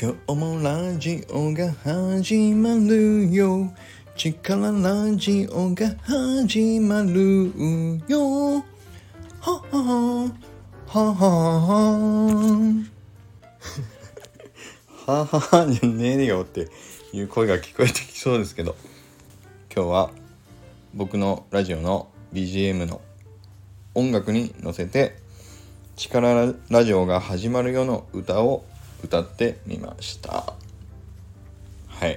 今日もラジオが始まるよ。力ラジオが始まるよ。ははははははははじゃねえよっていう声が聞こえてきそうですけど、今日は僕のラジオの BGM の音楽に乗せて力ラジオが始まるよの歌を歌ってみました。はい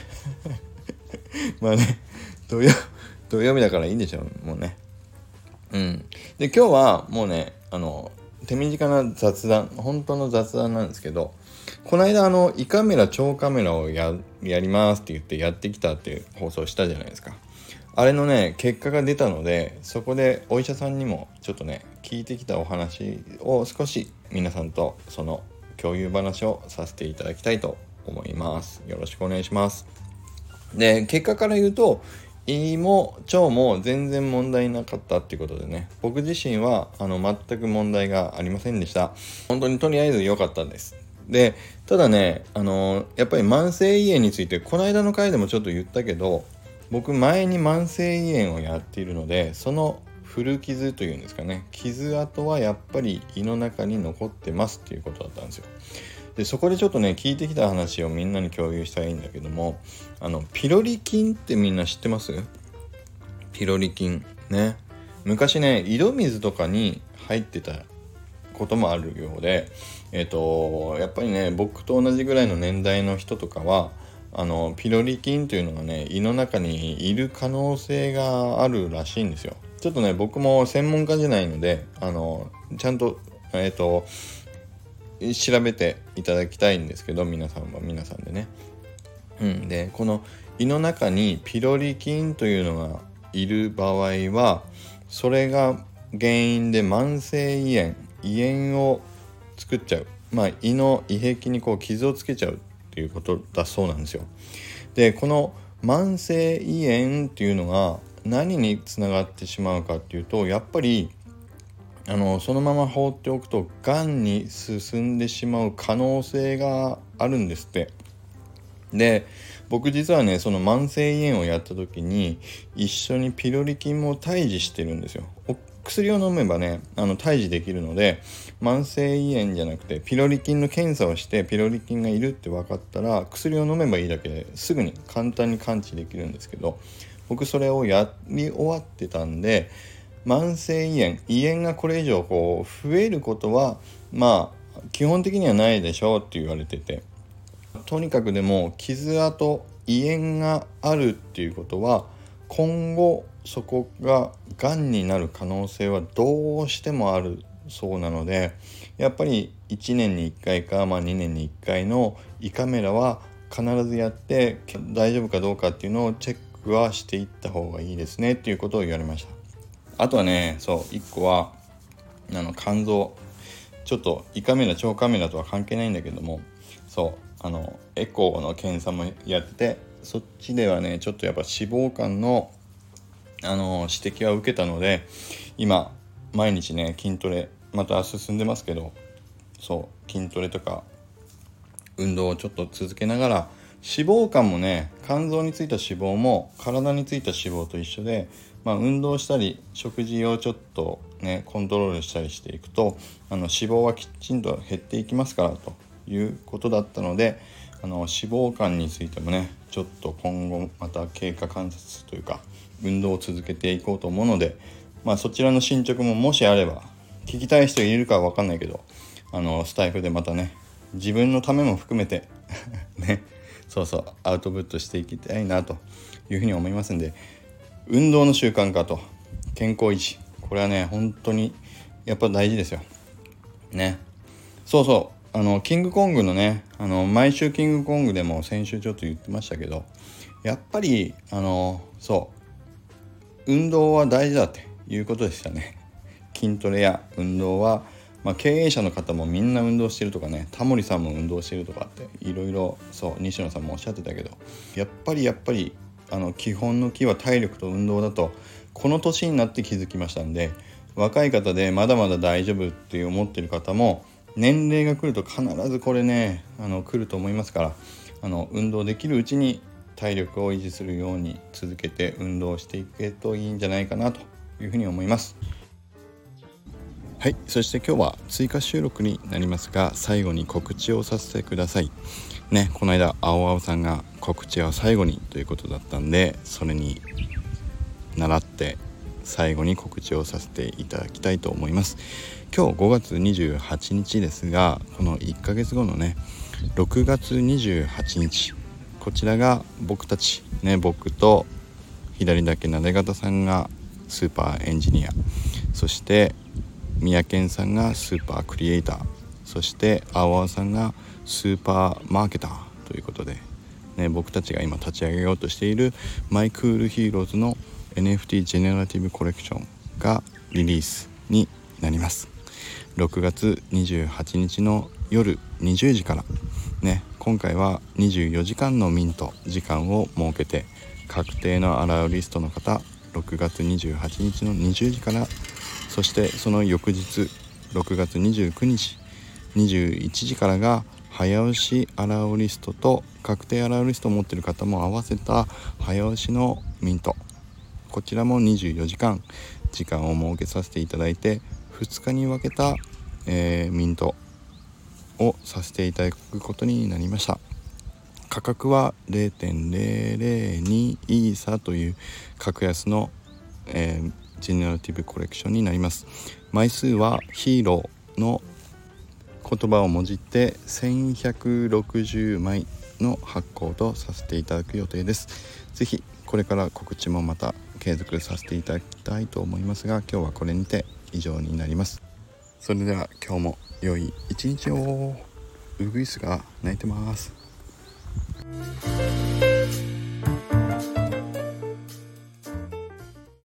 まあね、土曜日だからいいんでしょう、もうね。で、今日はもうね、手短な雑談、本当の雑談なんですけど、この間胃カメラ超カメラをやりますって言ってやってきたっていう放送したじゃないですか。あれのね、結果が出たので、そこでお医者さんにもちょっとね、聞いてきたお話を少し皆さんとその共有話をさせていただきたいと思います。よろしくお願いします。で、結果から言うと、胃も腸も全然問題なかったっていうことでね、僕自身は全く問題がありませんでした。本当にとりあえず良かったです。で、ただね、やっぱり慢性胃炎についてこの間の回でもちょっと言ったけど、僕前に慢性胃炎をやっているので、その古傷というんですかね、傷跡はやっぱり胃の中に残ってますっていうことだったんですよ。で、そこでちょっとね、聞いてきた話をみんなに共有したいんだけども、ピロリ菌ってみんな知ってます？ピロリ菌ね、昔ね、井戸水とかに入ってたこともあるようで、やっぱりね、僕と同じぐらいの年代の人とかはピロリ菌というのがね、胃の中にいる可能性があるらしいんですよ。ちょっとね、僕も専門家じゃないのでちゃんと調べていただきたいんですけど、皆さんは皆さんでね。で、この胃の中にピロリ菌というのがいる場合は、それが原因で慢性胃炎を作っちゃう、胃の胃壁にこう傷をつけちゃうっていうことだそうなんですよ。で、この慢性胃炎っていうのが何につながってしまうかっていうと、やっぱりそのまま放っておくとがんに進んでしまう可能性があるんですって。で、僕実はね、その慢性胃炎をやった時に一緒にピロリ菌も退治してるんですよ。薬を飲めばね、退治できるので、慢性胃炎じゃなくてピロリ菌の検査をして、ピロリ菌がいるって分かったら薬を飲めばいいだけですぐに簡単に完治できるんですけど、僕それをやり終わってたんで、慢性胃炎がこれ以上こう増えることは基本的にはないでしょうって言われてて、とにかくでも傷跡胃炎があるっていうことは、今後そこががんになる可能性はどうしてもあるそうなので、やっぱり1年に1回か、2年に1回の胃カメラは必ずやって大丈夫かどうかっていうのをチェックはしていった方がいいですねっていうことを言われました。あとはね、1個は肝臓、ちょっと胃カメラ超カメラとは関係ないんだけども、エコーの検査もやってて、そっちではね、ちょっとやっぱ脂肪肝の指摘は受けたので、今毎日ね、筋トレまた進んでますけど、筋トレとか運動をちょっと続けながら、脂肪肝もね、肝臓についた脂肪も体についた脂肪と一緒で、運動したり食事をちょっとねコントロールしたりしていくと、脂肪はきちんと減っていきますからということだったので、脂肪肝についてもね、ちょっと今後また経過観察というか運動を続けていこうと思うので、そちらの進捗ももしあれば、聞きたい人いるかは分かんないけど、スタイフでまたね、自分のためも含めてね、アウトプットしていきたいなというふうに思いますんで、運動の習慣化と健康維持、これはね本当にやっぱ大事ですよね。キングコングのね、毎週キングコングでも先週ちょっと言ってましたけど、やっぱり運動は大事だっていうことでしたね。筋トレや運動は、経営者の方もみんな運動してるとかね、タモリさんも運動してるとかっていろいろ西野さんもおっしゃってたけど、やっぱり基本のキーは体力と運動だとこの年になって気づきましたんで、若い方でまだまだ大丈夫って思ってる方も年齢が来ると必ずこれね来ると思いますから、運動できるうちに体力を維持するように続けて運動していけるといいんじゃないかなというふうに思います。はい、そして今日は追加収録になりますが、最後に告知をさせてくださいね。この間青々さんが告知は最後にということだったんで、それに倣って最後に告知をさせていただきたいと思います。今日5月28日ですが、この1ヶ月後のね6月28日、こちらが僕たちね、僕と左だけなで方さんがスーパーエンジニア、そして宮健さんがスーパークリエイター、そして青々さんがスーパーマーケターということで、ね、僕たちが今立ち上げようとしているマイクールヒーローズの NFT ジェネラティブコレクションがリリースになります。6月28日の夜20時からね、今回は24時間のミント時間を設けて、確定のアラウリストの方6月28日の20時から、そしてその翌日6月29日21時からが早押しアラウリストと確定アラウリストを持っている方も合わせた早押しのミント、こちらも24時間時間を設けさせていただいて、2日に分けた、ミントをさせていただくことになりました。価格は 0.002 イーサという格安の、ジェネラティブコレクションになります。枚数はヒーローの言葉をもじって1160枚の発行とさせていただく予定です。ぜひこれから告知もまた継続させていただきたいと思いますが、今日はこれにて以上になります。それでは今日も良い一日を。ウグイスが鳴いてます。